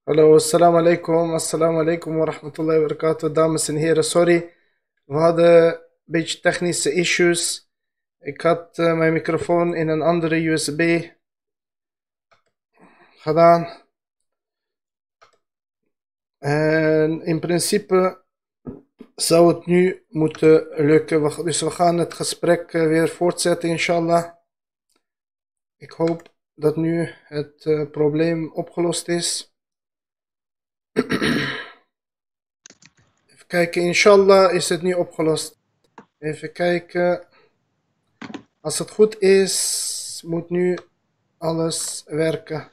Hallo, assalamu alaikum wa rahmatullahi wa barakatuh, dames en heren. Sorry, we hadden een beetje technische issues. Ik had mijn microfoon in een andere USB gedaan. En in principe zou het nu moeten lukken. Dus we gaan het gesprek weer voortzetten, inshallah. Ik hoop dat nu het probleem opgelost is. Even kijken, inshallah is het nu opgelost. Even kijken. Als het goed is, moet nu alles werken.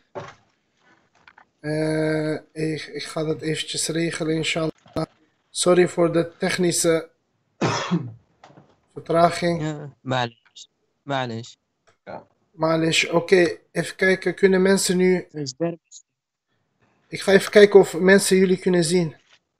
Ik ga dat eventjes regelen, inshallah. Sorry voor de technische vertraging. Ja, معلش. Malish, oké, even kijken, kunnen mensen nu... Ik ga even kijken of mensen jullie kunnen zien.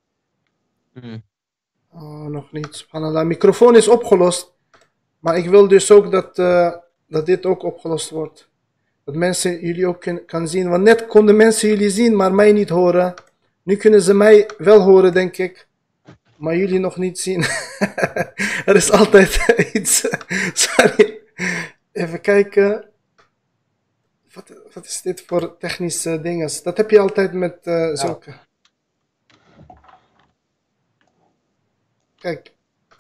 Oh, nog niet, subhanallah. Microfoon is opgelost. Maar ik wil dus ook dat dit ook opgelost wordt. Dat mensen jullie ook kan zien. Want net konden mensen jullie zien, maar mij niet horen. Nu kunnen ze mij wel horen, denk ik. Maar jullie nog niet zien. Er is altijd iets. Sorry. Even kijken. Wat is dit voor technische dingen? Dat heb je altijd met zulke. Kijk.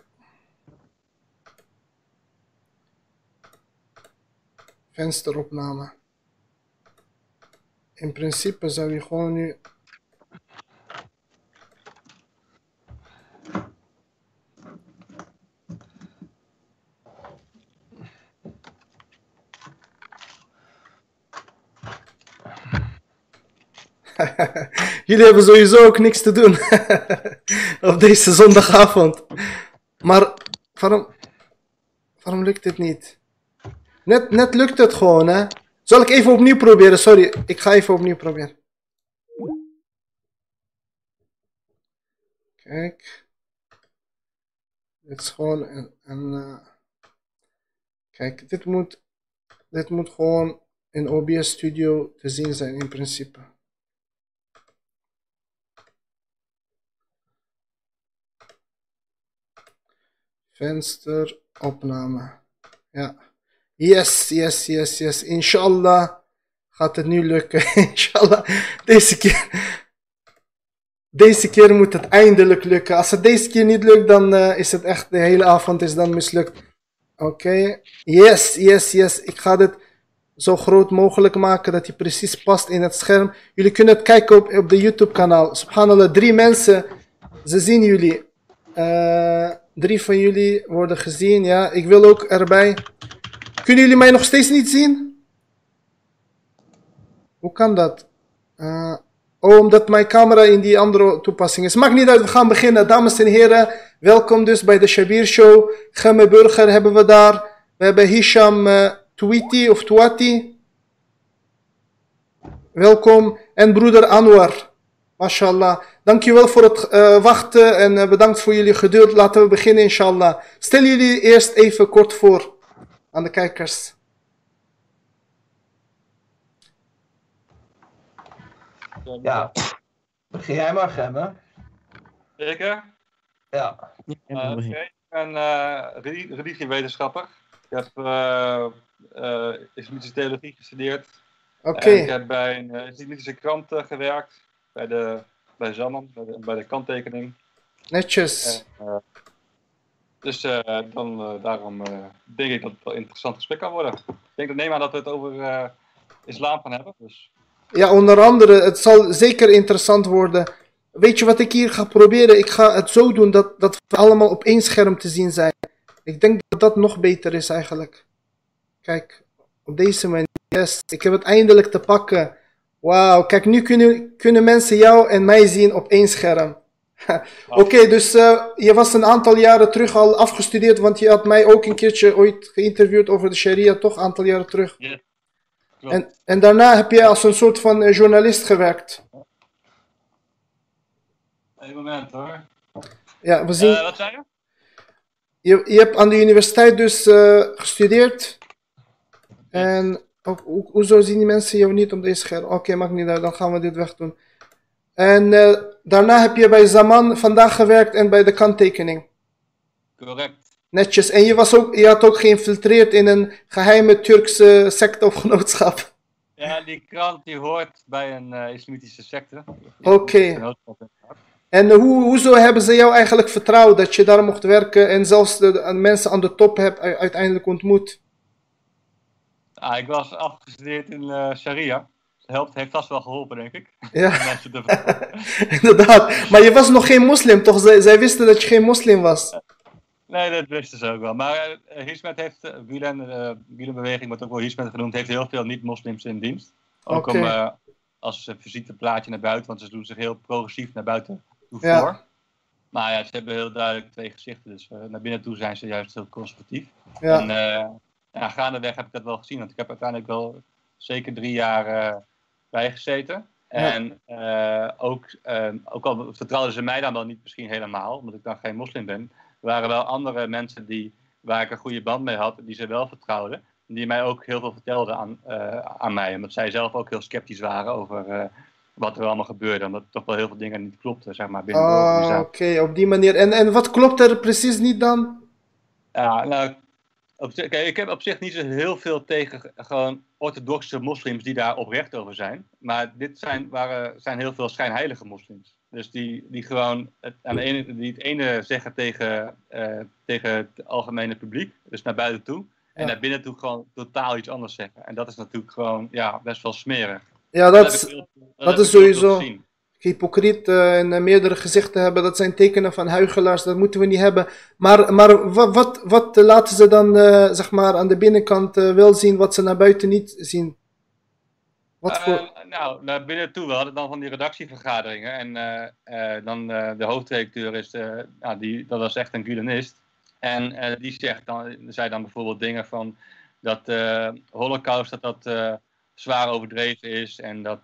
Vensteropname. In principe zou je gewoon nu... Jullie hebben sowieso ook niks te doen op deze zondagavond. Maar waarom lukt dit niet? Net lukt het gewoon, hè? Zal ik even opnieuw proberen? Sorry, ik ga even opnieuw proberen. Kijk. Dit is gewoon een kijk, dit moet gewoon in OBS Studio te zien zijn in principe. Vensteropname. Ja. Yes. Inshallah gaat het nu lukken. Inshallah. Deze keer moet het eindelijk lukken. Als het deze keer niet lukt, dan is het echt, de hele avond is dan mislukt. Oké. Yes. Ik ga dit zo groot mogelijk maken dat hij precies past in het scherm. Jullie kunnen het kijken op de YouTube kanaal. Subhanallah, 3 mensen. Ze zien jullie. 3 van jullie worden gezien. Ja, ik wil ook erbij. Kunnen jullie mij nog steeds niet zien? Hoe kan dat? Omdat mijn camera in die andere toepassing is. Maakt niet uit, we gaan beginnen. Dames en heren, welkom dus bij de Shabir Show. Gemme Burger hebben we daar. We hebben Hisham Touati. Welkom. En broeder Anwar. Mashallah. Dankjewel voor het wachten en bedankt voor jullie geduld. Laten we beginnen, inshallah. Stel jullie eerst even kort voor aan de kijkers. Ja, begin jij maar, Gemme. Zeker? Ja. Oké. Ik ben religiewetenschapper. Ik heb islamitische theologie gestudeerd. Oké. Ik heb bij een islamitische krant gewerkt. Bij Zaman, bij de kanttekening. Netjes. Dus daarom denk ik dat het wel een interessant gesprek kan worden. Ik neem aan dat we het over islam gaan hebben. Dus. Ja, onder andere, het zal zeker interessant worden. Weet je wat ik hier ga proberen? Ik ga het zo doen dat we allemaal op één scherm te zien zijn. Ik denk dat dat nog beter is eigenlijk. Kijk, op deze manier. Yes, ik heb het eindelijk te pakken. Wauw, kijk, nu kunnen mensen jou en mij zien op één scherm. Oké, dus je was een aantal jaren terug al afgestudeerd, want je had mij ook een keertje ooit geïnterviewd over de sharia, toch? Een aantal jaren terug. Ja, en daarna heb je als een soort van journalist gewerkt. Een moment hoor. Ja, we zien... Wat zei je? Je hebt aan de universiteit dus gestudeerd. En hoezo zien die mensen jou niet op deze scherm? Oké, maakt niet uit, dan gaan we dit wegdoen. En daarna heb je bij Zaman vandaag gewerkt en bij de kanttekening. Correct. Netjes. En je had ook geïnfiltreerd in een geheime Turkse secte of genootschap. Ja, die krant die hoort bij een islamitische secte. Oké. En hoezo hebben ze jou eigenlijk vertrouwd dat je daar mocht werken en zelfs de mensen aan de top hebt uiteindelijk ontmoet? Ah, ik was afgestudeerd in Sharia. Heeft vast wel geholpen, denk ik. Ja, Mensen te inderdaad. Maar je was nog geen moslim, toch? Zij wisten dat je geen moslim was. Nee, dat wisten ze ook wel. Maar Hizmet heeft, Gulen-beweging wordt ook wel Hizmet genoemd, heeft heel veel niet-moslims in dienst. Ook Oké. om als visiteplaatje naar buiten, want ze doen zich heel progressief naar buiten toe Ja. voor. Maar ja, ze hebben heel duidelijk twee gezichten, dus naar binnen toe zijn ze juist heel conservatief. Ja. En ja, gaandeweg heb ik dat wel gezien, want ik heb uiteindelijk wel zeker 3 jaar bijgezeten. En ook al vertrouwden ze mij dan wel niet misschien helemaal, omdat ik dan geen moslim ben, waren wel andere mensen waar ik een goede band mee had, die ze wel vertrouwden. Die mij ook heel veel vertelden aan mij, omdat zij zelf ook heel sceptisch waren over wat er allemaal gebeurde. Omdat toch wel heel veel dingen niet klopten, zeg maar, binnen de organisatie. Oké, op die manier. En wat klopt er precies niet dan? Ja, nou, kijk, ik heb op zich niet zo heel veel tegen gewoon orthodoxe moslims die daar oprecht over zijn. Maar dit zijn heel veel schijnheilige moslims. Dus die gewoon die het ene zeggen tegen het algemene publiek, dus naar buiten toe. En naar binnen toe gewoon totaal iets anders zeggen. En dat is natuurlijk gewoon best wel smerig. Ja, dat is sowieso. Hypocriet en meerdere gezichten hebben, dat zijn tekenen van huichelaars, dat moeten we niet hebben. Maar wat laten ze dan zeg maar aan de binnenkant wel zien wat ze naar buiten niet zien? Wat voor... Nou, naar binnen toe. We hadden dan van die redactievergaderingen. En dan de hoofdredacteur is, dat was echt een Gulenist. En die zei dan bijvoorbeeld dingen van dat de Holocaust dat zwaar overdreven is. En dat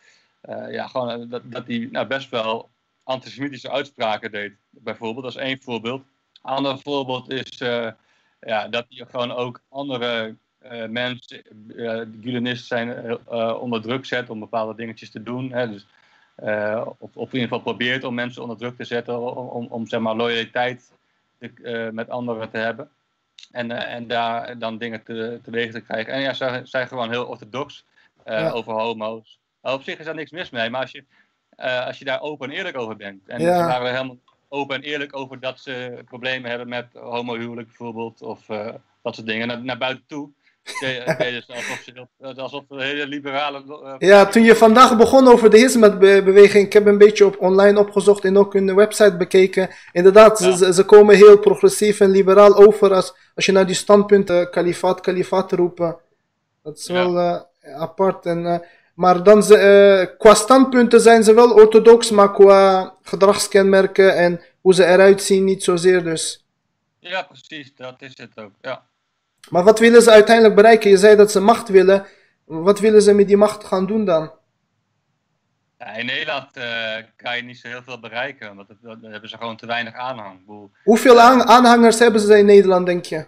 hij best wel antisemitische uitspraken deed. Bijvoorbeeld, dat is één voorbeeld. Een ander voorbeeld is dat hij gewoon ook andere mensen, Gulenisten zijn, onder druk zet om bepaalde dingetjes te doen. Hè, dus, of in ieder geval probeert om mensen onder druk te zetten om zeg maar loyaliteit met anderen te hebben. En daar dan dingen teweeg te krijgen. En ja, ze zijn gewoon heel orthodox over homo's. Op zich is daar niks mis mee, maar als je daar open en eerlijk over bent. En ze waren helemaal open en eerlijk over dat ze problemen hebben met homohuwelijk bijvoorbeeld. Of dat soort dingen. Naar buiten toe. Dus alsof de hele liberale... Ja, toen je vandaag begon over de Hizmet-beweging, ik heb een beetje online opgezocht en ook hun website bekeken. Inderdaad, ze komen heel progressief en liberaal over als je naar die standpunten kalifaat roepen. Dat is wel apart. Maar dan qua standpunten zijn ze wel orthodox, maar qua gedragskenmerken en hoe ze eruit zien niet zozeer dus. Ja, precies, dat is het ook, ja. Maar wat willen ze uiteindelijk bereiken? Je zei dat ze macht willen. Wat willen ze met die macht gaan doen dan? Ja, in Nederland kan je niet zo heel veel bereiken, want dan hebben ze gewoon te weinig aanhang. Hoeveel aanhangers hebben ze in Nederland, denk je?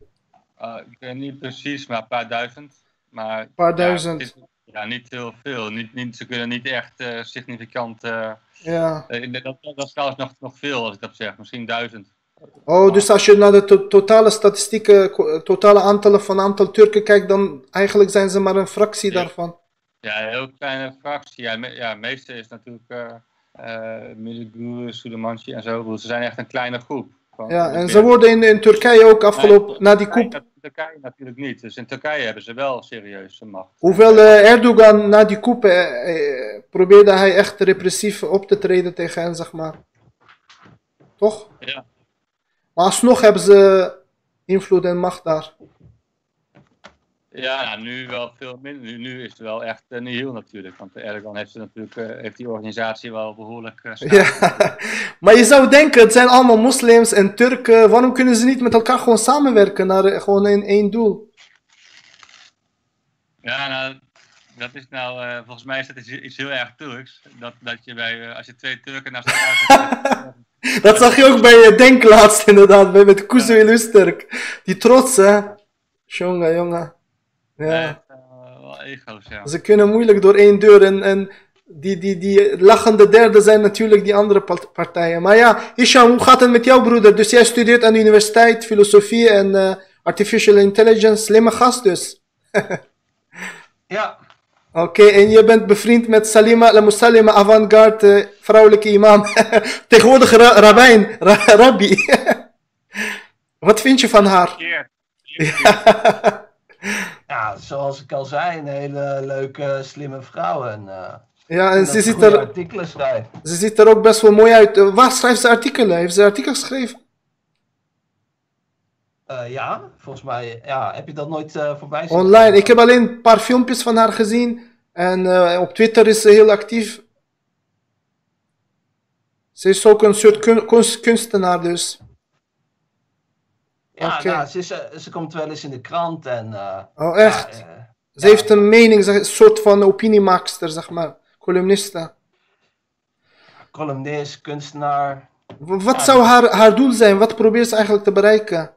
Ik weet niet precies, maar een paar duizend. Maar, een paar duizend? Niet heel veel. Ze kunnen niet echt significant... dat is trouwens nog veel als ik dat zeg, misschien 1000. Oh, dus als je naar de totale statistieken, totale aantal Turken kijkt, dan eigenlijk zijn ze maar een fractie daarvan. Ja, een heel kleine fractie. Ja, het meeste is natuurlijk Miliguru, Sulemanci en zo. Ze zijn echt een kleine groep. En ze worden in Turkije ook na die coup... In Turkije natuurlijk niet. Dus in Turkije hebben ze wel serieus macht. Hoewel Erdogan na die coup probeerde hij echt repressief op te treden tegen hen, zeg maar. Toch? Ja. Maar alsnog hebben ze invloed en macht daar. Ja, nu wel veel minder. Nu is het wel echt nihil natuurlijk. Want Erdogan heeft die organisatie wel behoorlijk Maar je zou denken, het zijn allemaal moslims en Turken. Waarom kunnen ze niet met elkaar gewoon samenwerken naar gewoon één doel? Ja, nou, dat is volgens mij is dat iets heel erg Turks. Dat je als je twee Turken naast elkaar zit... Dat zag je ook bij Denk laatst inderdaad, met Kuzu Illusturk. Die trots, hè? Jongen. Ja. Wel ego's, ja. Ze kunnen moeilijk door één deur en Die lachende derde zijn natuurlijk die andere partijen. Maar ja, Hisham, hoe gaat het met jouw broeder? Dus jij studeert aan de universiteit filosofie en artificial intelligence. Slimme gast dus. Ja. Oké, en je bent bevriend met Salima al-Musallima, avant-garde, vrouwelijke imam. Tegenwoordig rabbi. Wat vind je van haar? Ja, zoals ik al zei, een hele leuke, slimme vrouw. Ja, en ze ziet artikelen schrijft. Ze ziet er ook best wel mooi uit. Waar schrijft ze artikelen? Heeft ze artikels geschreven? Ja, volgens mij. Ja, heb je dat nooit voorbij zien? Online. Ik heb alleen een paar filmpjes van haar gezien. En op Twitter is ze heel actief. Ze is ook een soort kunstenaar dus. Ja, Okay. nou, ze komt wel eens in de krant en... oh, echt? Ze heeft een mening, een soort van opiniemaakster, zeg maar. Columniste. Columnist, kunstenaar. Wat zou haar doel zijn? Wat probeert ze eigenlijk te bereiken?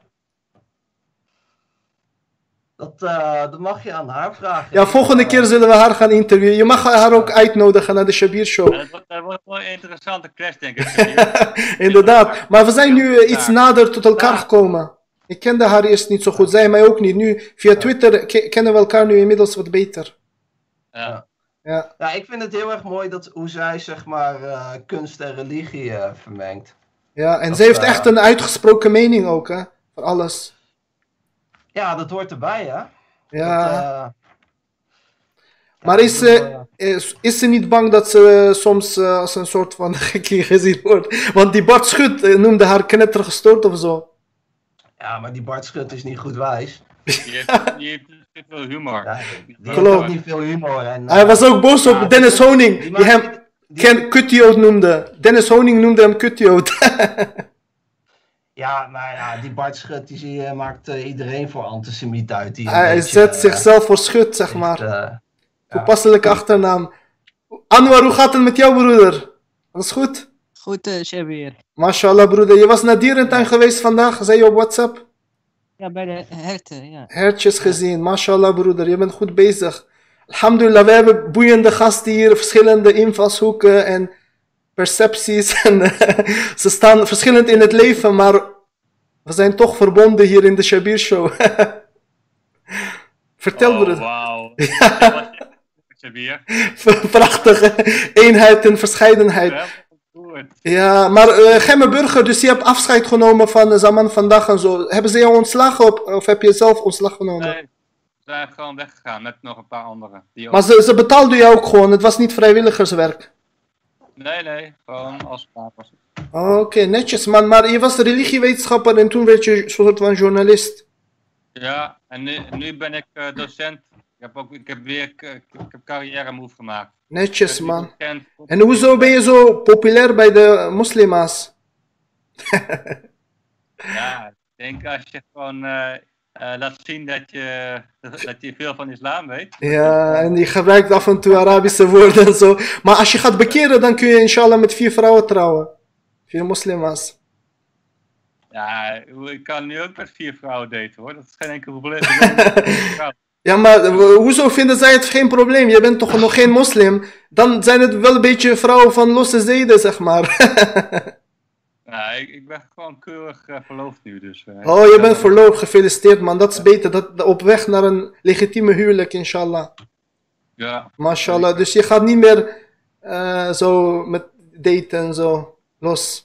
Dat mag je aan haar vragen. Ja, volgende keer zullen we haar gaan interviewen. Je mag haar ook uitnodigen naar de Shabir Show. Dat wordt wel een interessante clash, denk ik. Inderdaad. Maar we zijn nu iets nader tot elkaar gekomen. Ik kende haar eerst niet zo goed. Zij mij ook niet. Nu, via Twitter kennen we elkaar nu inmiddels wat beter. Ja. Ja. Ja, ik vind het heel erg mooi hoe zij, zeg maar, kunst en religie vermengt. Ja, en ze heeft echt een uitgesproken mening ook, hè. Voor alles. Ja, dat hoort erbij, hè. Ja. Maar is ze niet bang dat ze soms als een soort van gekkie gezien wordt? Want die Bart Schut noemde haar knettergestoord of zo. Ja, maar die Bart Schut is niet goed wijs. Die heeft niet veel humor. Ja, die heeft ook niet veel humor. En, hij was ook boos op Dennis Honing, die hem kutioot noemde. Dennis Honing noemde hem kutioot. Ja, maar ja, die Bart Schut die maakt iedereen voor antisemiet uit. Hij zet zichzelf voor Schut, zeg maar. Toepasselijke achternaam. Anwar, hoe gaat het met jouw broeder? Alles goed? Goed, Shabir. Mashallah, broeder. Je was naar dierentuin geweest vandaag, zei je op WhatsApp? Ja, bij de herten, ja. Hertjes gezien, mashallah, broeder. Je bent goed bezig. Alhamdulillah, we hebben boeiende gasten hier, verschillende invalshoeken en percepties. En, ze staan verschillend in het leven, maar we zijn toch verbonden hier in de Shabir Show. Vertel, broeder. Wauw. Shabir. Prachtige eenheid en verscheidenheid. Ja, maar Gemme Burger, dus je hebt afscheid genomen van Zaman vandaag en zo. Hebben ze jou ontslagen of heb je zelf ontslag genomen? Nee, ze zijn gewoon weggegaan met nog een paar anderen. Maar ze betaalden jou ook gewoon, het was niet vrijwilligerswerk? Nee, gewoon als paap was het. Oké, netjes man, maar je was religiewetenschapper en toen werd je een soort van journalist. Ja, en nu ben ik docent. Ik heb carrière move gemaakt. Netjes man. En hoezo ben je zo populair bij de moslima's? Ja, ik denk als je gewoon laat zien dat je veel van islam weet. Ja, en je gebruikt af en toe Arabische woorden en zo. Maar als je gaat bekeren, dan kun je inshallah met 4 vrouwen trouwen. 4 moslima's. Ja, ik kan nu ook met 4 vrouwen daten hoor. Dat is geen enkel probleem. Ja, maar hoezo vinden zij het geen probleem? Je bent toch nog geen moslim? Dan zijn het wel een beetje vrouwen van losse zeden, zeg maar. Ja, ik ben gewoon keurig verloofd nu, dus... oh, je bent verloofd. Gefeliciteerd, man. Dat is beter. Dat, op weg naar een legitieme huwelijk, inshallah. Ja. Mashallah. Dus je gaat niet meer zo met daten en zo los.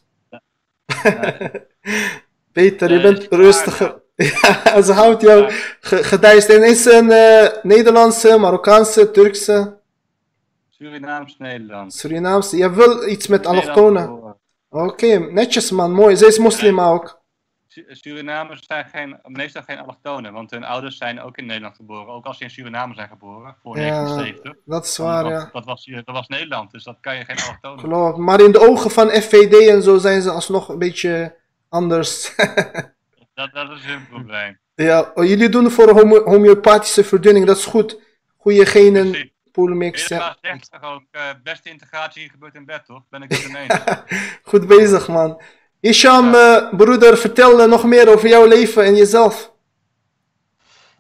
Beter, je bent rustiger. Ja, ze houdt jou gedijst. En is een Nederlandse, Marokkaanse, Turkse? Surinaams-Nederlands. Surinaamse. Je wil iets met allochtonen. Oké, netjes man, mooi. Zij is moslima ook. Surinamers zijn meestal geen allochtonen, want hun ouders zijn ook in Nederland geboren. Ook als ze in Suriname zijn geboren, voor 1970. Dat is waar, ja. Dat was Nederland, dus dat kan je geen allochtonen. Klopt, maar in de ogen van FVD en zo zijn ze alsnog een beetje anders. Dat is hun probleem. Ja, jullie doen voor homeopathische verdunning, dat is goed. Goede genen, poolmix. Ja, zegt toch ook, beste integratie gebeurt in bed, toch? Ben ik het ineens. Goed bezig, man. Hisham, broeder, vertel nog meer over jouw leven en jezelf.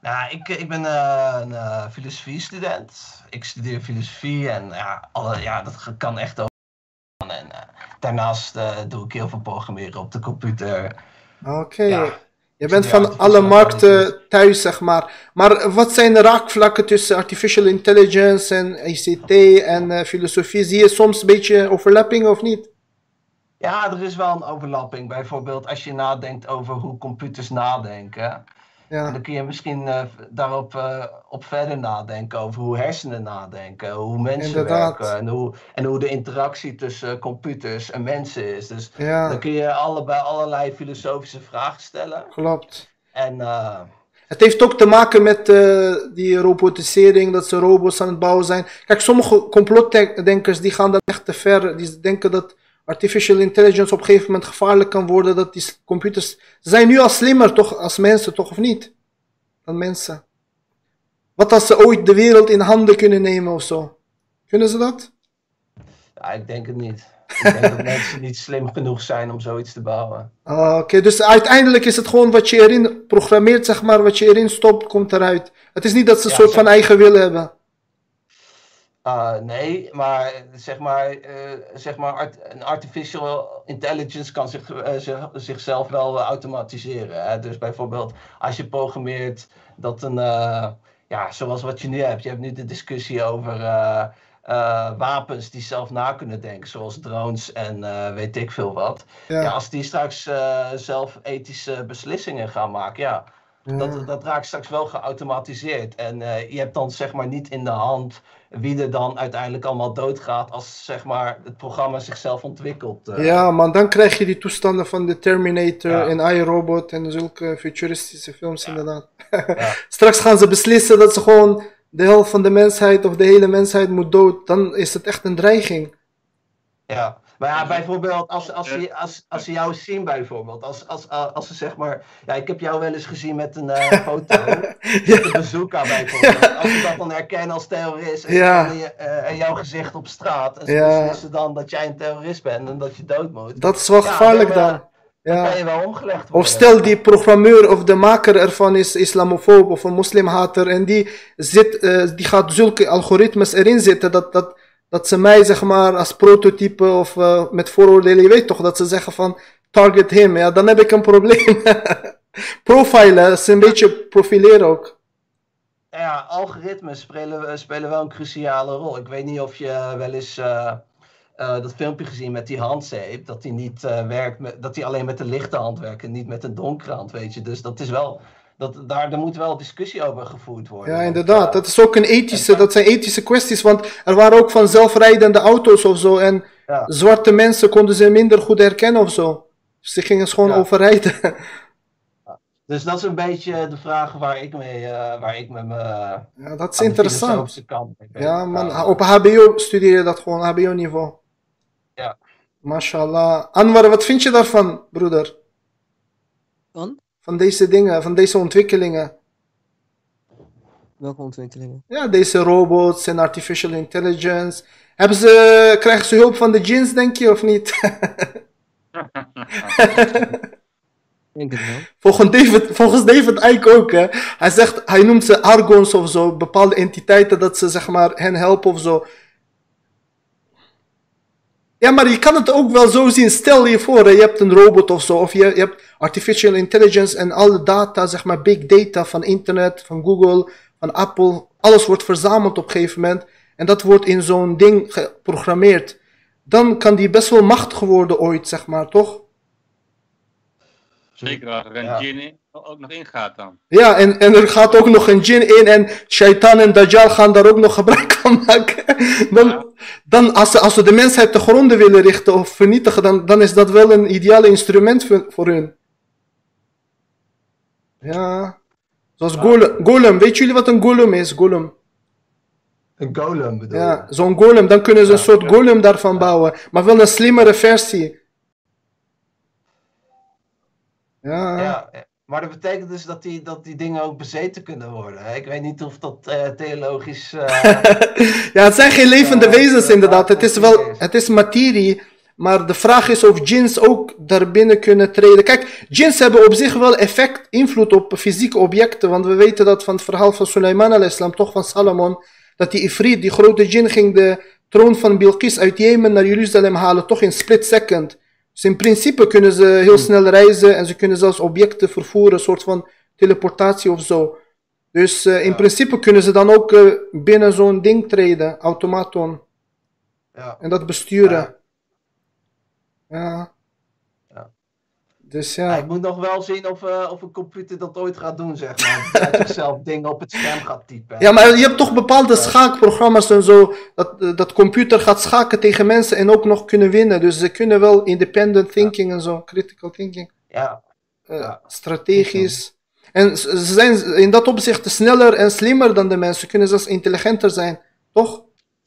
Nou, ik ben een filosofiestudent. Ik studeer filosofie en dat kan echt ook. En daarnaast doe ik heel veel programmeren op de computer. Oké. Ja, Je bent ja, van artificial alle markten intelligence. thuis, zeg maar. Maar wat zijn de raakvlakken tussen artificial intelligence en ICT en filosofie? Zie je soms een beetje overlapping of niet? Ja, er is wel een overlapping. Bijvoorbeeld als je nadenkt over hoe computers nadenken. En Ja, dan kun je misschien daarop op verder nadenken over hoe hersenen nadenken, hoe mensen werken inderdaad. en hoe de interactie tussen computers en mensen is. Dus dan Ja, kun je allerlei filosofische vragen stellen. klopt. En Het heeft ook te maken met die robotisering, dat ze robots aan het bouwen zijn. Kijk, sommige complotdenkers die gaan dan echt te ver. Die denken dat artificial intelligence op een gegeven moment gevaarlijk kan worden. Dat die computers... Ze zijn nu al slimmer toch, als mensen, toch of niet? Dan mensen. Wat als ze ooit de wereld in handen kunnen nemen of zo? Kunnen ze dat? ja, ik denk het niet. Ik denk dat mensen niet slim genoeg zijn om zoiets te bouwen. Oké, dus uiteindelijk is het gewoon wat je erin programmeert, zeg maar, wat je erin stopt, komt eruit. Het is niet dat ze een Ja, soort van eigen wil hebben. Nee, maar een artificial intelligence kan zichzelf wel automatiseren. Hè? Dus bijvoorbeeld als je programmeert dat zoals wat je nu hebt. Je hebt nu de discussie over wapens die zelf na kunnen denken, zoals drones en weet ik veel wat. Ja, Ja, als die straks zelf ethische beslissingen gaan maken, ja. ja. Dat raakt straks wel geautomatiseerd. En je hebt dan zeg maar niet in de hand wie er dan uiteindelijk allemaal doodgaat als zeg maar het programma zichzelf ontwikkelt. Ja, man, dan krijg je die toestanden van de Terminator Ja. en iRobot en zulke futuristische films, inderdaad. Ja. Straks gaan ze beslissen dat ze gewoon de helft van de mensheid of de hele mensheid moet dood. Dan is het echt een dreiging. Ja, maar ja, bijvoorbeeld als ze jou zien bijvoorbeeld, als ze zeg maar, ja, ik heb jou wel eens gezien met een foto, met een bazooka bijvoorbeeld, als ze dat dan herkennen als terrorist en, Ja. en jouw gezicht op straat en ze Ja. beslissen dan dat jij een terrorist bent en dat je dood moet, Dat is wel Ja, gevaarlijk dan, dan. dan Ja. kan je wel omgelegd worden. Of stel die programmeur of de maker ervan is islamofoob of een moslimhater en die gaat zulke algoritmes erin zitten dat ze mij zeg maar als prototype of met vooroordelen, je weet toch, dat ze zeggen van target him, ja, dan heb ik een probleem. Profilen, is een beetje profileren ook. Ja, algoritmes spelen wel een cruciale rol. Ik weet niet of je wel eens dat filmpje gezien met die handzeep, dat die niet werkt, dat die alleen met de lichte hand werkt en niet met een donkere hand, weet je. Dus dat is wel, daar moet wel discussie over gevoerd worden. Ja, Want, inderdaad. Dat is ook dat zijn ethische kwesties, want er waren ook van zelfrijdende auto's of zo en ja. zwarte mensen konden ze minder goed herkennen of zo. Dus die gingen ze gewoon Ja. overrijden. Dus dat is een beetje de vraag waar ik met mijn Ja, dat is aan de interessant. filosofische kant mee bezig Ja, man, ga. op HBO studeer je dat gewoon, HBO-niveau. Ja. Mashallah. Anwar, wat vind je daarvan, broeder? Van? Van deze dingen, van deze ontwikkelingen? Welke ontwikkelingen? Ja, deze robots en artificial intelligence. Krijgen ze hulp van de djinns, denk je, of niet? Ik denk het wel. Volgens David Icke ook, hè. Hij noemt ze argons of zo, bepaalde entiteiten dat ze, zeg maar, hen helpen of zo. Ja, maar je kan het ook wel zo zien. Stel je voor, hè, je hebt een robot of zo, of je hebt artificial intelligence en alle data, zeg maar, big data van internet, van Google, van Apple, alles wordt verzameld op een gegeven moment en dat wordt in zo'n ding geprogrammeerd. Dan kan die best wel machtig worden ooit, zeg maar, toch? Zeker als er een Ja. djinn ook nog ingaat dan. Ja, en er gaat ook nog een djinn in en shaitan en dajjal gaan daar ook nog gebruik van maken. Dan als ze de mensheid te gronden willen richten of vernietigen, dan is dat wel een ideale instrument voor hun. Ja. Zoals golem. Weet jullie wat een golem is? Golem. Een golem bedoel je? Ja, zo'n golem. Dan kunnen ze een soort golem daarvan bouwen. Maar wel een slimmere versie. Ja. Ja, maar dat betekent dus dat die dingen ook bezeten kunnen worden. Hè? Ik weet niet of dat theologisch... Ja, het zijn geen levende Ja, wezens ja, inderdaad. ja, Het is materie is. het is materie. Maar de vraag is of djinns ook daarbinnen kunnen treden. Kijk, djinns hebben op zich wel invloed op fysieke objecten. Want we weten dat van het verhaal van Suleiman al-Islam, toch van Salomon, dat die Ifrit, die grote djinn, ging de troon van Bilqis uit Jemen naar Jeruzalem halen, toch in split second. Dus in principe kunnen ze heel snel reizen en ze kunnen zelfs objecten vervoeren, een soort van teleportatie of zo. Dus in principe kunnen ze dan ook binnen zo'n ding treden, automaton. Ja. En dat besturen. Ja. Ja. Dus Ja, ik ja. moet nog wel zien of een computer dat ooit gaat doen, zeg maar. Dat hij zichzelf dingen op het scherm gaat typen. Ja, maar je hebt toch bepaalde schaakprogramma's en zo, dat computer gaat schaken tegen mensen en ook nog kunnen winnen. Dus ze kunnen wel independent thinking en zo, critical thinking, Ja. Ja. strategisch. En ze zijn in dat opzicht sneller en slimmer dan de mensen, kunnen zelfs intelligenter zijn, toch?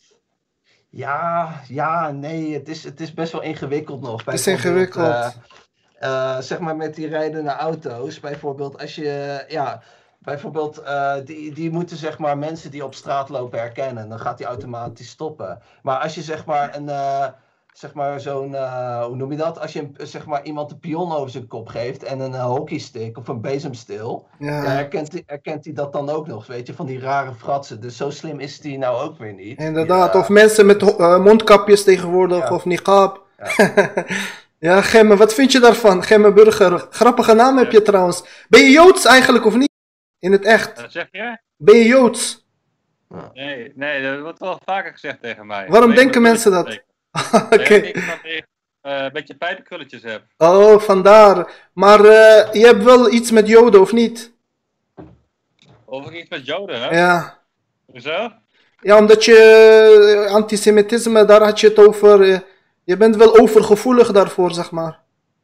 Ja, nee, het is best wel ingewikkeld nog. Het is ingewikkeld. Zeg maar met die rijdende auto's, bijvoorbeeld als je, ja, bijvoorbeeld die moeten zeg maar mensen die op straat lopen herkennen, dan gaat die automatisch stoppen. Maar als je zeg maar zeg maar zo'n, hoe noem je dat? Als je zeg maar iemand een pion over zijn kop geeft en een hockeystick of een bezemsteel, Ja. ja, herkent hij dat dan ook nog, weet je, van die rare fratsen. Dus zo slim is die nou ook weer niet. Inderdaad, Ja. of mensen met mondkapjes tegenwoordig, Ja. of niqab. Ja. Ja, Gemme, wat vind je daarvan? Gemme Burger, grappige naam heb je trouwens. Ben je Joods eigenlijk of niet? In het echt. Wat zeg je? Ben je Joods? Nee, dat wordt wel vaker gezegd tegen mij. Waarom Ik weet denken niet mensen wat dat? het Oké. betekent. Ik van een beetje pijpenkrulletjes heb. Oh, vandaar. Maar je hebt wel iets met Joden, of niet? Of iets met Joden, hè? Ja. Hoezo? Ja, omdat je antisemitisme, daar had je het over. Je bent wel overgevoelig daarvoor, zeg maar.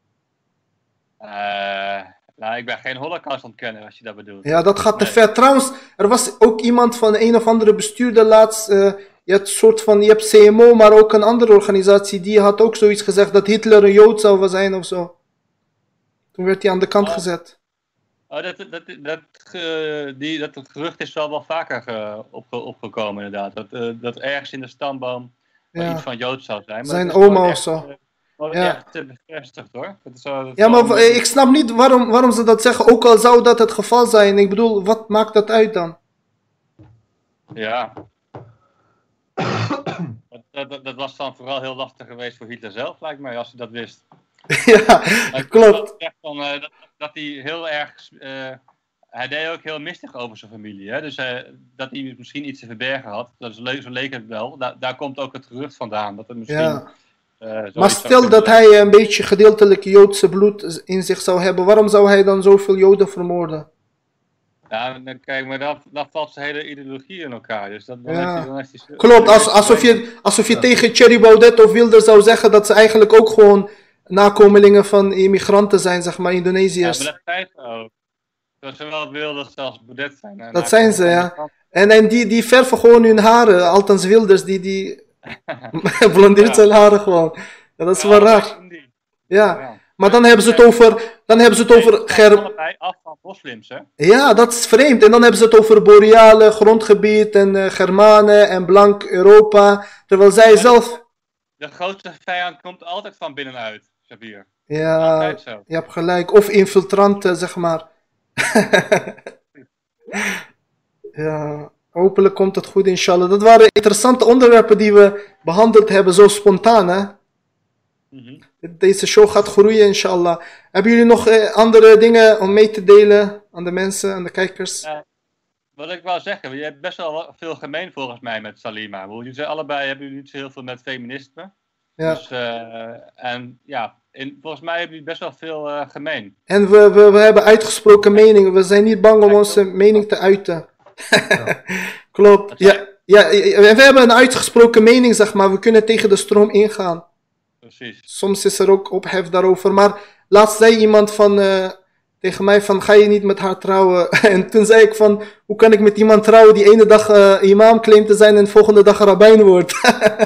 Nou, ik ben geen holocaust-ontkenner als je dat bedoelt. Ja, dat gaat te Nee. ver. Trouwens, er was ook iemand van een of andere bestuurder laatst. Je hebt CMO, maar ook een andere organisatie. Die had ook zoiets gezegd dat Hitler een Jood zou zijn of zo. Toen werd hij aan de kant Oh. gezet. Oh, dat gerucht is wel vaker opgekomen, inderdaad. Dat ergens in de stamboom wel Ja. iets van Jood zou zijn. Maar Zijn het is nooit oma of echt, zo. nooit Ja. echt bevestigd, hoor. Dat is wel- Ja, maar ik snap niet waarom ze dat zeggen. Ook al zou dat het geval zijn. Ik bedoel, wat maakt dat uit dan? Ja. Dat was dan vooral heel lastig geweest voor Hitler zelf, lijkt mij, als hij dat wist. Ja, Maar ik klopt. vond echt van, dat hij heel erg... hij deed ook heel mistig over zijn familie. Hè? Dus dat hij misschien iets te verbergen had. Dat is leuk, zo leek het wel. Daar komt ook het gerucht vandaan. Dat het misschien... Ja. zoiets Maar zou stel kunnen dat zijn. hij een beetje gedeeltelijk Joodse bloed in zich zou hebben. Waarom zou hij dan zoveel Joden vermoorden? Ja, dan, kijk, maar dan valt zijn hele ideologie in elkaar. Dus dan Ja. dan heeft hij Klopt, alsof je tegen Thierry Baudet of Wilders zou zeggen dat ze eigenlijk ook gewoon nakomelingen van immigranten zijn, zeg maar, Ja, Indonesiërs. maar dat zijn ze ook. Dat ze wel Wilders als Baudet zijn. hè. Dat zijn ze, ja. En die verven gewoon hun haren, althans Wilders, die blondeert Ja. zijn haren gewoon. Ja, dat is wel raar. Ja, Ja. maar dan hebben ze het over Allebei af van moslims, hè? Ja, dat is vreemd. En dan hebben ze het over boreale grondgebied en Germanen en blank Europa. Terwijl zij zelf... De grootste vijand komt altijd van binnenuit, Sabir. Ja, Altijd zo. je hebt gelijk. Of infiltranten, zeg maar. Ja, hopelijk komt het goed, inshallah. Dat waren interessante onderwerpen die we behandeld hebben, zo spontaan, hè. Mhm. Deze show gaat groeien, inshallah. Hebben jullie nog andere dingen om mee te delen aan de mensen, aan de kijkers? Ja. Wat ik wou zeggen, je hebt best wel veel gemeen volgens mij met Salima. Jullie zijn allebei hebben jullie niet zo heel veel met feminisme. Ja. Dus, en ja, volgens mij hebben jullie best wel veel gemeen. En we hebben uitgesproken meningen. We zijn niet bang om onze mening te uiten. Klopt. Ja, we hebben een uitgesproken mening, zeg maar. We kunnen tegen de stroom ingaan. Precies. Soms is er ook ophef daarover. Maar laatst zei iemand tegen mij van, ga je niet met haar trouwen? En toen zei ik van, hoe kan ik met iemand trouwen die ene dag imam claimt te zijn en de volgende dag rabbijn wordt?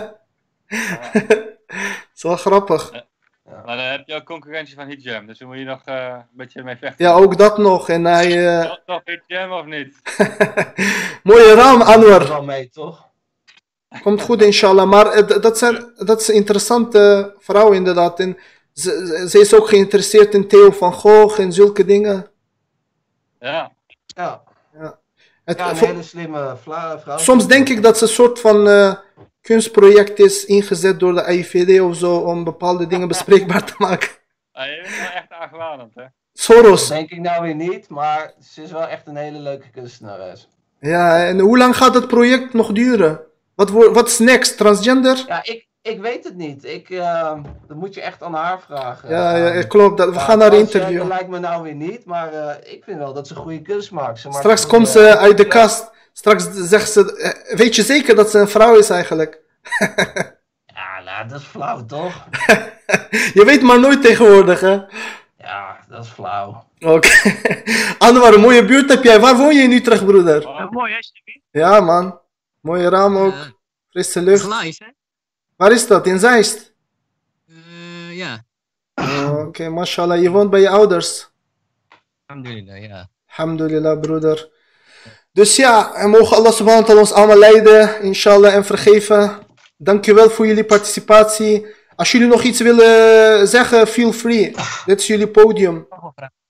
Dat is wel grappig. Maar dan heb je ook concurrentie van Hijam, dus daar moet je nog een beetje mee vechten. Ja, ook dat nog. En hij... Toch Hijam of niet? Mooie raam, Er Anwar. wel mee, toch? Komt goed, inshallah. Maar dat is een interessante vrouw inderdaad. En ze is ook geïnteresseerd in Theo van Gogh en zulke dingen. Ja. Ja, Het- ja een vo- hele slimme vrouw. Soms denk ik dat ze een soort van kunstproject is ingezet door de AIVD of zo om bepaalde dingen bespreekbaar te maken. Je bent wel echt aangewanend, hè? Dat Soros. denk ik nou weer niet, maar ze is wel echt een hele leuke kunstenares. Ja, en hoe lang gaat het project nog duren? Wat is next? Transgender? Ja, ik weet het niet. Dat moet je echt aan haar vragen. Ja, klopt. We Ja, gaan naar een transgender interview. lijkt me nou weer niet, maar ik vind wel dat ze goede kunst maakt. Ze maakt Straks goede- komt ze uit de kast. Straks zegt ze... weet je zeker dat ze een vrouw is eigenlijk? Ja, nou, dat is flauw, toch? Je weet maar nooit tegenwoordig, hè? Ja, dat is flauw. Oké. Anwar, een mooie buurt heb jij. Waar woon je in Utrecht, broeder? Mooi, hè, Stevie? Ja, man. Mooie raam ook. Frisse lucht. Glijs, hè? Waar is dat? In Zeist? Ja. Oké, mashallah. Je woont bij je ouders. Alhamdulillah, ja. Alhamdulillah, broeder. Dus ja, en mogen Allah subhanahu wa ta'ala ons allemaal leiden, inshallah, en vergeven. Dankjewel voor jullie participatie. Als jullie nog iets willen zeggen, feel free. Dit is jullie podium. Nog een vraag.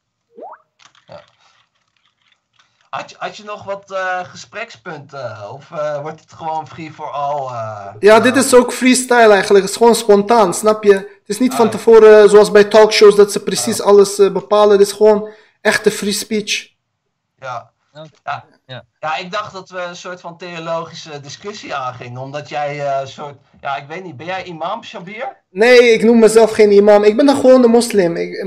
Had je nog wat gesprekspunten? Of wordt het gewoon free for all? Ja, dit is ook freestyle eigenlijk. Het is gewoon spontaan, snap je? Het is niet van ja. tevoren, zoals bij talkshows, dat ze precies alles bepalen. Het is gewoon echte free speech. Ja. Ja. Ja. Ja. Ja, ik dacht dat we een soort van theologische discussie aangingen. Omdat jij een soort... Ja, ik weet niet. Ben jij imam, Shabir? Nee, ik noem mezelf geen imam. Ik ben dan gewoon een moslim. Oh.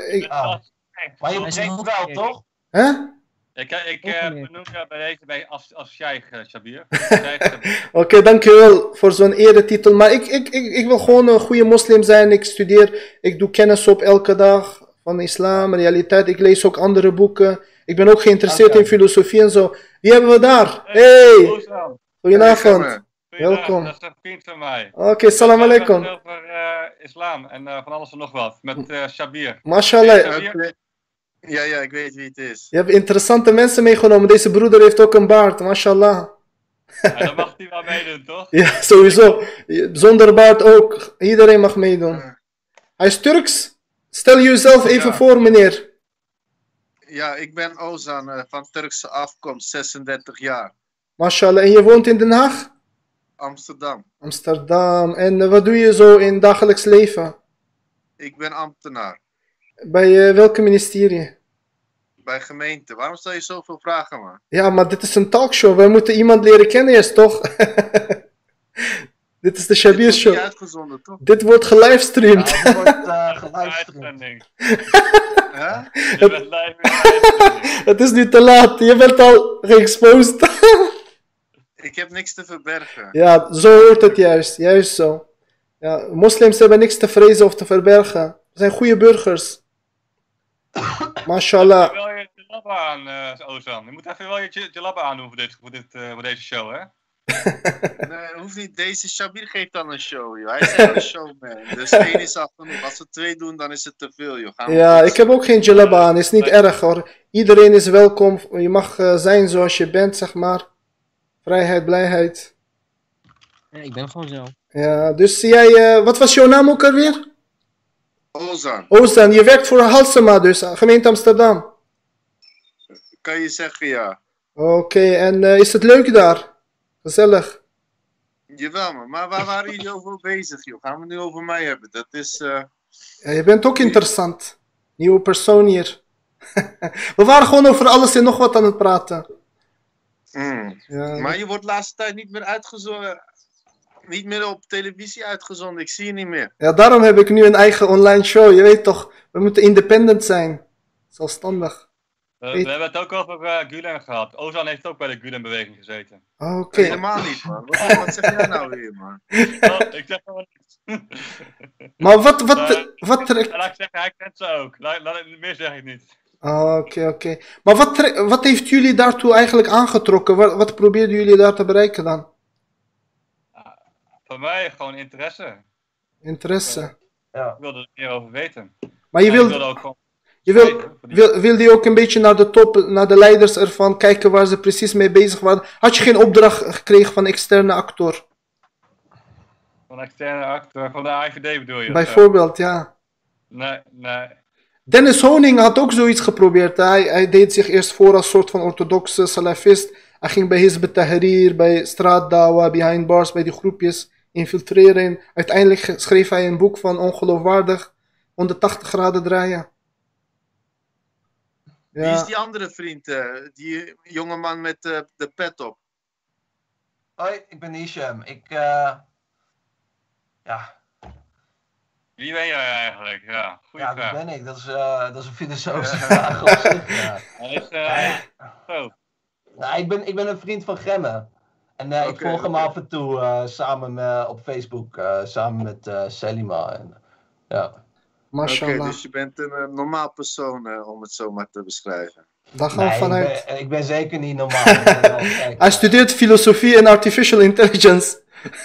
Maar je Hij is brengt een wel, hoofdleer. toch? Hè? Ik Opgeleerd. benoem je bij deze als sheikh, Shabir. Sheikh Shabir. Oké, dankjewel voor zo'n eretitel. Maar ik wil gewoon een goede moslim zijn. Ik studeer, ik doe kennis op elke dag van islam, realiteit. Ik lees ook andere boeken. Ik ben ook geïnteresseerd Oké. in filosofie en zo. Wie hebben we daar? Hey, Ozan. goedenavond. Goeiedag, Welkom. Dat is een vriend van mij. Oké, salam We hebben alaikum. het over islam en van alles en nog wat. Met Shabir. Mashallah, Shabir? Ja, ik weet wie het is. je hebt interessante mensen meegenomen. Deze broeder heeft ook een baard, mashallah. Ja, dan mag hij wel meedoen, toch? Ja, sowieso. Zonder baard ook. Iedereen mag meedoen. Hij is Turks? Stel jezelf even Ja. voor, meneer. Ja, ik ben Ozan van Turkse afkomst, 36 jaar. Mashallah. En je woont in Den Haag? Amsterdam. Amsterdam. En wat doe je zo in dagelijks leven? Ik ben ambtenaar Bij welke ministerie? bij gemeente. Waarom stel je zoveel vragen, man? Ja, maar dit is een talkshow. Wij moeten iemand leren kennen eerst, toch? Dit is de Dit Shabir wordt Show. niet uitgezonden, toch? Dit wordt gelivestreamd. Ja, die wordt geluisterd. Uitzending. Hè? Je bent live in de uitzending. Het is nu te laat. Je bent al geëxposed. Ik heb niks te verbergen. Ja, zo hoort het juist. Juist zo. Ja, moslims hebben niks te vrezen of te verbergen. We zijn goede burgers. Mashallah. Wel je jalabba aan, Ozan. Je moet even wel je jalabba aandoen voor deze show, hè? Nee, hoeft niet. Deze Shabir geeft dan een show, joh. Hij is echt een showman. Dus één is al genoeg. Als we twee doen, dan is het te veel, joh. Gaan we Ja, fixen. ik heb ook geen jalaba aan. Is niet erg hoor. Iedereen is welkom. Je mag zijn zoals je bent, zeg maar. Vrijheid, blijheid. Ja, ik ben gewoon zo. Ja, dus jij... wat was jouw naam ook alweer? Ozan, Ozan, je werkt voor Halsema dus, gemeente Amsterdam. kan je zeggen ja? Oké, en is het leuk daar? Gezellig. Jawel, man. Maar waar waren jullie over bezig, joh? Gaan we het nu over mij hebben? Dat is... Ja, je bent ook interessant. Nieuwe persoon hier. We waren gewoon over alles en nog wat aan het praten. Ja, Maar je wordt de laatste tijd niet meer uitgezonden. Niet meer op televisie uitgezonden. Ik zie je niet meer. ja, daarom heb ik nu een eigen online show. Je weet toch, we moeten independent zijn. Zelfstandig. We hebben het ook over Gulen gehad. Ozan heeft ook bij de Gulen-beweging gezeten. Oké. Helemaal niet, man. Wat zeg jij nou weer, man? Oh, ik zeg gewoon niks. Maar wat trekt... Laat ik zeggen, hij kent ze ook. Meer zeg ik niet. Oké. Maar wat heeft jullie daartoe eigenlijk aangetrokken? Wat probeerden jullie daar te bereiken dan? Voor mij gewoon interesse. Interesse. Ja. Ik wilde er meer over weten. Maar je En ik wilde wilde... ook gewoon... Je wil je ook een beetje naar de top, naar de leiders ervan, kijken waar ze precies mee bezig waren. Had je geen opdracht gekregen van externe actor? Van externe actor, van de AIVD bedoel je? Bijvoorbeeld, ja. Nee. Dennis Honing had ook zoiets geprobeerd. Hij deed zich eerst voor als soort van orthodoxe salafist. Hij ging bij Hizb ut-Tahrir, bij Straatdawa, Behind Bars, bij die groepjes infiltreren. Uiteindelijk schreef hij een boek van ongeloofwaardig 180 graden draaien. Ja. Wie is die andere vriend? Die jongeman met de pet op? Hoi, ik ben Hisham. Wie ben jij eigenlijk? Ja, goeie Ja, vraag. wie ben ik? Dat is een filosofische vraag op zich. Ja. Hij is, zo. Nou, ik ben een vriend van Gemme. En ik volg hem af en toe samen op Facebook, samen met Selima. Ja. Mashallah. Dus je bent een normaal persoon, om het zo maar te beschrijven. Daar gaan we vanuit. Ik ben zeker niet normaal. Hij studeert filosofie en artificial intelligence.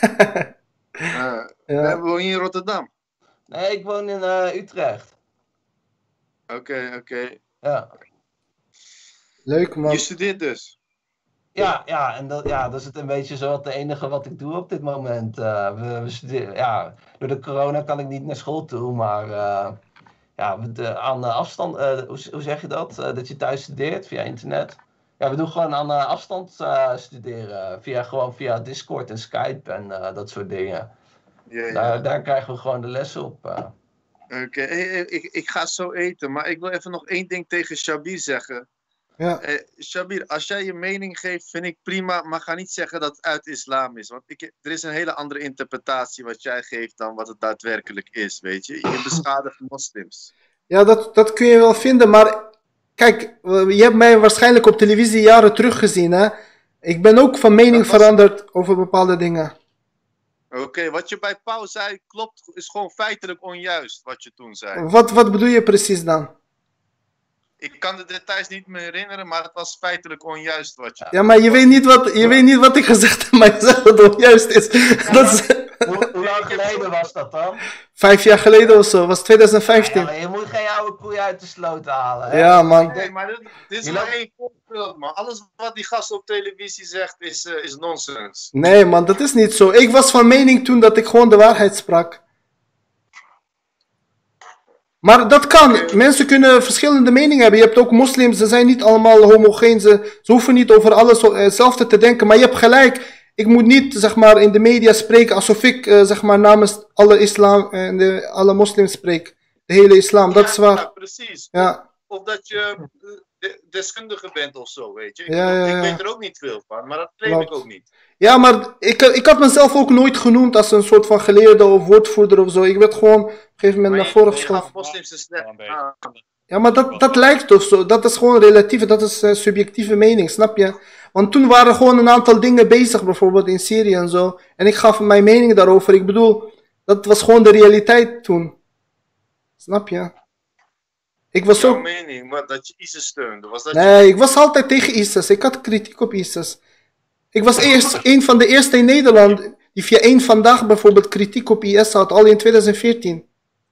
Ja. Woon je in Rotterdam? Nee, ik woon in Utrecht. Oké. Ja. Leuk man. Je studeert dus? Ja, en dat is het een beetje zo het enige wat ik doe op dit moment. We studeren, ja, door de corona kan ik niet naar school toe, maar aan afstand, hoe zeg je dat? Dat je thuis studeert via internet. Ja, we doen gewoon aan afstand studeren, via Discord en Skype en dat soort dingen. Ja. Daar krijgen we gewoon de lessen op. Oké, ik ga zo eten, maar ik wil even nog één ding tegen Shabir zeggen. Ja. Shabir, als jij je mening geeft, vind ik prima, maar ga niet zeggen dat het uit islam is. Want er is een hele andere interpretatie wat jij geeft dan wat het daadwerkelijk is, weet je. Je beschadigt moslims. Ja, dat kun je wel vinden, maar kijk, je hebt mij waarschijnlijk op televisie jaren teruggezien, hè. Ik ben ook van mening veranderd over bepaalde dingen. Oké, wat je bij Pauw zei klopt, is gewoon feitelijk onjuist wat je toen zei. Wat bedoel je precies dan? Ik kan de details niet meer herinneren, maar het was feitelijk onjuist wat je... Ja, maar je weet niet wat ik gezegd heb, maar je zegt dat het onjuist is. Hoe lang geleden was dat dan? 5 jaar geleden of zo, was 2015. Ja, je moet geen oude koeien uit de sloot halen. Hè? Ja, man. Nee, maar dit is maar één voorbeeld, man. Alles wat die gast op televisie zegt is nonsens. Nee, man, dat is niet zo. Ik was van mening toen dat ik gewoon de waarheid sprak. Maar dat kan. Mensen kunnen verschillende meningen hebben. Je hebt ook moslims, ze zijn niet allemaal homogeen. Ze hoeven niet over alles hetzelfde te denken. Maar je hebt gelijk. Ik moet niet, zeg maar, in de media spreken alsof ik, zeg maar, namens alle moslims spreek. De hele islam, dat is waar. Ja, precies. Ja. Of dat je deskundige bent of zo, weet je. Ik weet er ook niet veel van, maar dat claim ik ook niet. Ja, maar ik had mezelf ook nooit genoemd als een soort van geleerde of woordvoerder of zo. Ik werd gewoon op een gegeven moment naar voren geschoven. Ja, maar dat lijkt of zo. Dat is gewoon relatief. Dat is subjectieve mening, snap je? Want toen waren gewoon een aantal dingen bezig, bijvoorbeeld in Syrië en zo. En ik gaf mijn mening daarover. Ik bedoel, dat was gewoon de realiteit toen. Snap je? Ik was Jouw ook... mening, wat, dat je ISIS steunde? Nee, ik was altijd tegen ISIS. Ik had kritiek op ISIS. Ik was eerst een van de eerste in Nederland die via Eén Vandaag bijvoorbeeld kritiek op IS had, al in 2014.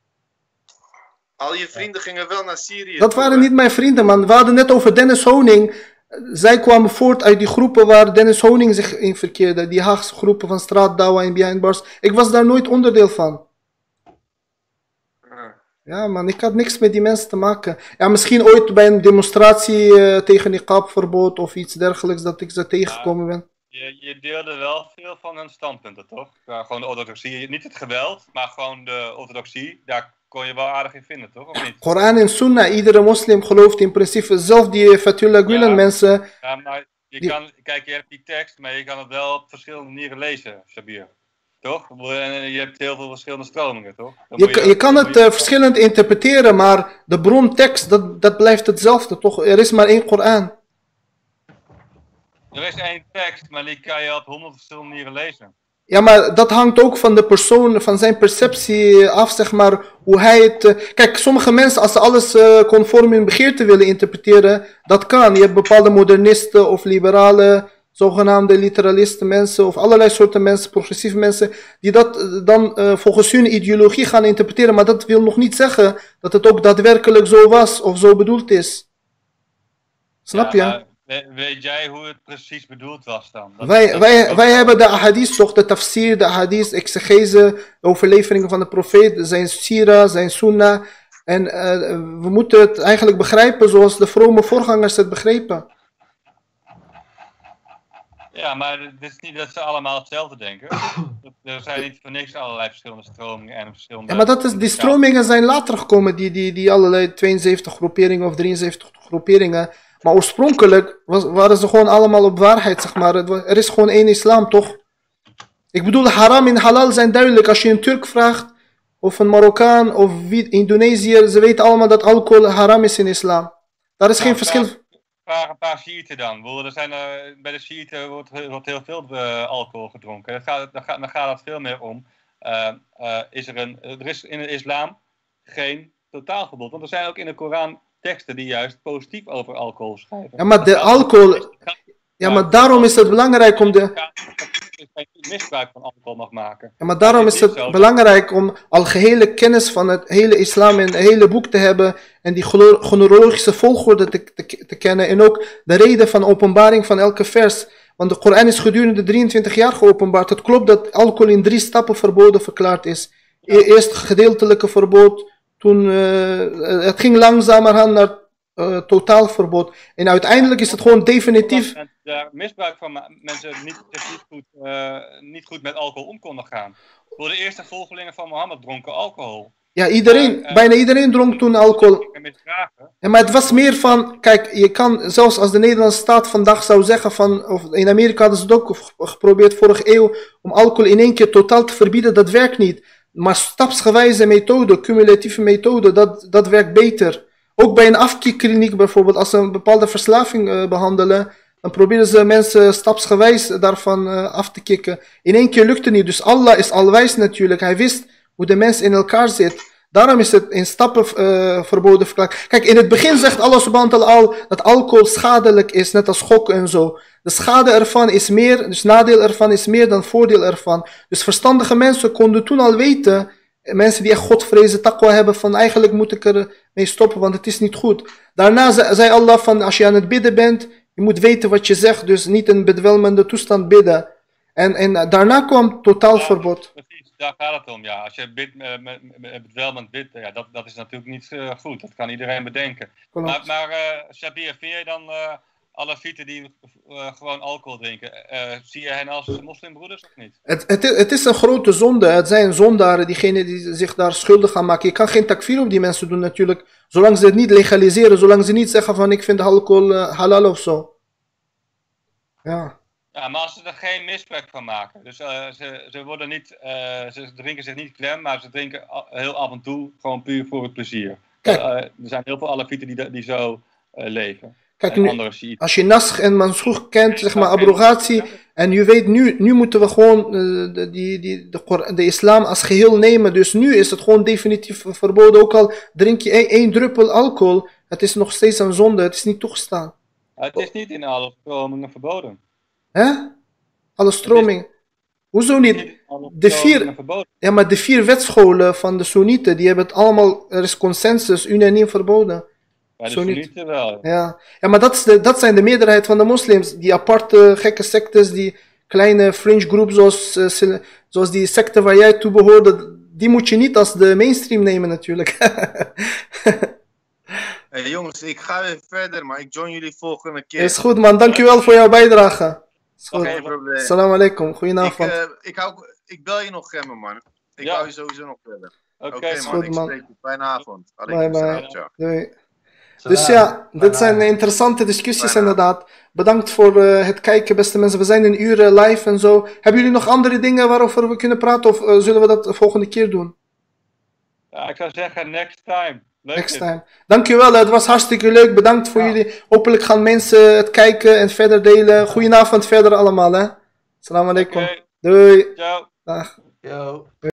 Al je vrienden gingen wel naar Syrië. Dat waren niet mijn vrienden, man. We hadden net over Dennis Honing. Zij kwamen voort uit die groepen waar Dennis Honing zich in verkeerde. Die Haagse groepen van Straatdawa en Behind Bars. Ik was daar nooit onderdeel van. Ja, man, ik had niks met die mensen te maken. Ja, misschien ooit bij een demonstratie tegen niqabverbod of iets dergelijks dat ik ze tegengekomen ben. Je deelde wel veel van hun standpunten, toch? Ja, gewoon de orthodoxie, niet het geweld, maar gewoon de orthodoxie. Daar kon je wel aardig in vinden, toch? Of niet? Koran en Sunnah, iedere moslim gelooft in principe. Zelf die Fethullah Gulen mensen. Ja, maar kijk, je hebt die tekst, maar je kan het wel op verschillende manieren lezen, Shabir. Toch? Je hebt heel veel verschillende stromingen, toch? Je kan het verschillend interpreteren, maar de brontekst, dat blijft hetzelfde, toch? Er is maar één Koran. Er is één tekst, maar die kan je op 100 verschillende manieren lezen. Ja, maar dat hangt ook van de persoon, van zijn perceptie af, zeg maar, hoe hij het... Kijk, sommige mensen, als ze alles conform hun begeerte willen interpreteren, dat kan. Je hebt bepaalde modernisten of liberalen, zogenaamde literalisten mensen of allerlei soorten mensen, progressieve mensen, die dat dan volgens hun ideologie gaan interpreteren. Maar dat wil nog niet zeggen dat het ook daadwerkelijk zo was of zo bedoeld is. Snap je? Ja, weet jij hoe het precies bedoeld was dan? Wij hebben de ahadith toch, de tafsir, de ahadith, exegese, de overleveringen van de profeet, zijn sira, zijn sunnah. En we moeten het eigenlijk begrijpen zoals de vrome voorgangers het begrepen. Ja, maar het is niet dat ze allemaal hetzelfde denken. Er zijn niet voor niks allerlei verschillende stromingen en verschillende... Ja, maar die stromingen zijn later gekomen, die allerlei 72 groeperingen of 73 groeperingen. Maar oorspronkelijk waren ze gewoon allemaal op waarheid, zeg maar. Er is gewoon één islam, toch? Ik bedoel, haram en halal zijn duidelijk. Als je een Turk vraagt, of een Marokkaan, of Indonesiër, ze weten allemaal dat alcohol haram is in islam. Daar is geen verschil. Vraag een paar Shiiten dan. Bij de Shiiten wordt heel veel alcohol gedronken. Dan gaat het veel meer om. Er is in de islam geen totaalverbod. Want er zijn ook in de Koran teksten die juist positief over alcohol schrijven. Ja, maar de alcohol... Ja, maar daarom is het belangrijk om de... misbruik van alcohol mag maken. Ja, maar daarom is het belangrijk om algehele kennis van het hele islam en het hele boek te hebben en die chronologische volgorde te kennen en ook de reden van openbaring van elke vers. Want de Koran is gedurende 23 jaar geopenbaard. Het klopt dat alcohol in 3 stappen verboden verklaard is. Eerst gedeeltelijke verbod, toen het ging langzamerhand naar totaalverbod. En uiteindelijk is het gewoon definitief... De misbruik van mensen niet goed met alcohol om konden gaan. Voor de eerste volgelingen van Mohammed dronken alcohol. Ja, bijna iedereen dronk toen alcohol. Ja, maar het was meer van, kijk, je kan, zelfs als de Nederlandse staat vandaag zou zeggen van, of in Amerika hadden ze het ook geprobeerd vorige eeuw, om alcohol in één keer totaal te verbieden, dat werkt niet. Maar stapsgewijze methode, cumulatieve methode, dat werkt beter. Ook bij een afkikkliniek bijvoorbeeld, als ze een bepaalde verslaving behandelen, dan proberen ze mensen stapsgewijs daarvan af te kicken. In één keer lukt het niet. Dus Allah is alwijs natuurlijk. Hij wist hoe de mens in elkaar zit. Daarom is het in stappen verboden verklaard. Kijk, in het begin zegt Allah subhanahu wa ta'ala al dat alcohol schadelijk is, net als gokken en zo. De schade ervan is meer, dus nadeel ervan is meer dan voordeel ervan. Dus verstandige mensen konden toen al weten, mensen die echt God vrezen, taqwa hebben, van eigenlijk moet ik ermee stoppen, want het is niet goed. Daarna zei Allah van, als je aan het bidden bent, je moet weten wat je zegt, dus niet in bedwelmende toestand bidden. En daarna kwam totaalverbod. Precies, daar gaat het om, ja. Als je bedwelmend bidt, ja, dat is natuurlijk niet goed. Dat kan iedereen bedenken. Maar Shabir, vind jij dan alle fieten die gewoon alcohol drinken, zie je hen als moslimbroeders of niet? Het is een grote zonde. Het zijn zondaren, diegenen die zich daar schuldig aan maken. Je kan geen takfir op die mensen doen natuurlijk, zolang ze het niet legaliseren, zolang ze niet zeggen van ik vind alcohol halal of zo. Ja. Ja, maar als ze er geen misbruik van maken, dus ze worden niet, ze drinken zich niet klem, maar ze drinken heel af en toe gewoon puur voor het plezier. Kijk. Er zijn heel veel alafieten die zo leven. Kijk, nu, als je naskh en mansukh kent, zeg maar abrogatie, en je weet nu moeten we gewoon de islam als geheel nemen, dus nu is het gewoon definitief verboden, ook al drink je 1 druppel alcohol, het is nog steeds een zonde, het is niet toegestaan. Het is niet in alle stromingen verboden. Hè? Alle stromingen? Hoezo niet? Ja, maar de 4 wetscholen van de Soenieten, die hebben het allemaal, er is consensus, unaniem verboden. Bij de Soenieten wel. Ja, maar dat zijn de meerderheid van de moslims. Die aparte gekke sectes, die kleine fringe groep zoals die secte waar jij toe behoorde, die moet je niet als de mainstream nemen natuurlijk. Hey jongens, ik ga weer verder, maar ik join jullie volgende keer. Is goed man, dankjewel voor jouw bijdrage. Geen probleem. Salam alaikum, goedenavond. Ik bel je nog, Gemmen man. Ik bel je sowieso nog verder. Oké man, goed, ik spreek je. Fijne avond. Bye bye. Doei. Dus ja, dit zijn interessante discussies inderdaad. Bedankt voor het kijken, beste mensen. We zijn 1 uur live en zo. Hebben jullie nog andere dingen waarover we kunnen praten? Of zullen we dat de volgende keer doen? Ja, ik zou zeggen next time. Leuk next time. Dankjewel, het was hartstikke leuk. Bedankt voor jullie. Hopelijk gaan mensen het kijken en verder delen. Goedenavond verder allemaal, hè. Salam alaikum. Okay. Doei. Ciao. Dag. Yo.